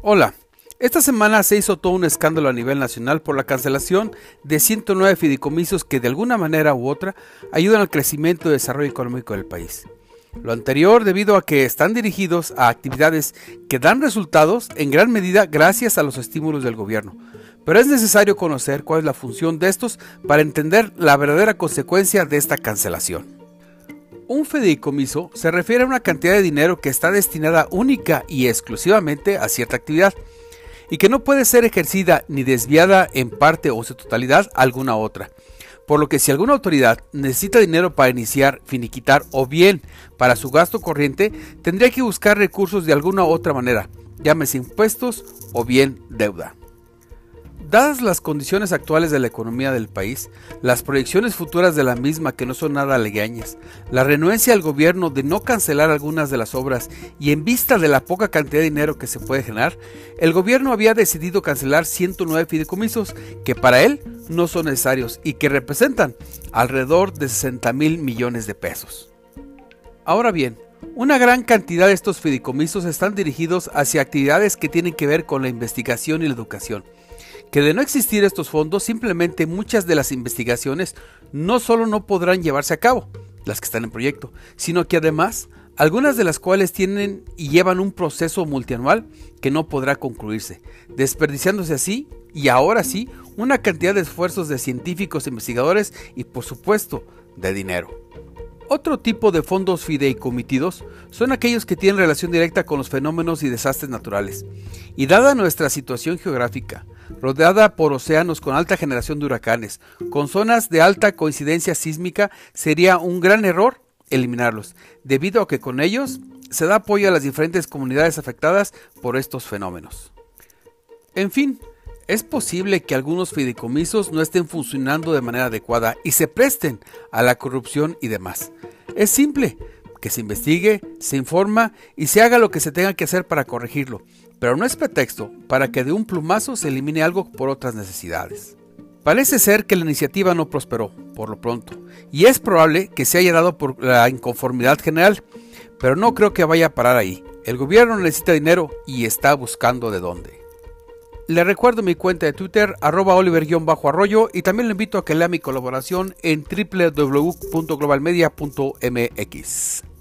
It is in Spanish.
Hola, esta semana se hizo todo un escándalo a nivel nacional por la cancelación de 109 fideicomisos que de alguna manera u otra ayudan al crecimiento y desarrollo económico del país. Lo anterior debido a que están dirigidos a actividades que dan resultados en gran medida gracias a los estímulos del gobierno. Pero es necesario conocer cuál es la función de estos para entender la verdadera consecuencia de esta cancelación. Un fideicomiso se refiere a una cantidad de dinero que está destinada única y exclusivamente a cierta actividad y que no puede ser ejercida ni desviada en parte o su totalidad a alguna otra. Por lo que si alguna autoridad necesita dinero para iniciar, finiquitar o bien para su gasto corriente, tendría que buscar recursos de alguna otra manera, llámese impuestos o bien deuda. Dadas las condiciones actuales de la economía del país, las proyecciones futuras de la misma que no son nada halagüeñas, la renuencia al gobierno de no cancelar algunas de las obras y en vista de la poca cantidad de dinero que se puede generar, el gobierno había decidido cancelar 109 fideicomisos que para él no son necesarios y que representan alrededor de 60,000 millones de pesos. Ahora bien, una gran cantidad de estos fideicomisos están dirigidos hacia actividades que tienen que ver con la investigación y la educación, que de no existir estos fondos, simplemente muchas de las investigaciones no solo no podrán llevarse a cabo, las que están en proyecto, sino que además, algunas de las cuales tienen y llevan un proceso multianual que no podrá concluirse, desperdiciándose así, y ahora sí, una cantidad de esfuerzos de científicos, investigadores y por supuesto, de dinero. Otro tipo de fondos fideicomitidos son aquellos que tienen relación directa con los fenómenos y desastres naturales. Y dada nuestra situación geográfica, rodeada por océanos con alta generación de huracanes, con zonas de alta coincidencia sísmica, sería un gran error eliminarlos, debido a que con ellos se da apoyo a las diferentes comunidades afectadas por estos fenómenos. En fin, es posible que algunos fideicomisos no estén funcionando de manera adecuada y se presten a la corrupción y demás. Es simple, que se investigue, se informa y se haga lo que se tenga que hacer para corregirlo, pero no es pretexto para que de un plumazo se elimine algo por otras necesidades. Parece ser que la iniciativa no prosperó, por lo pronto, y es probable que se haya dado por la inconformidad general, pero no creo que vaya a parar ahí. El gobierno necesita dinero y está buscando de dónde. Le recuerdo mi cuenta de Twitter, @Oliver_Arroyo, y también le invito a que lea mi colaboración en www.globalmedia.mx.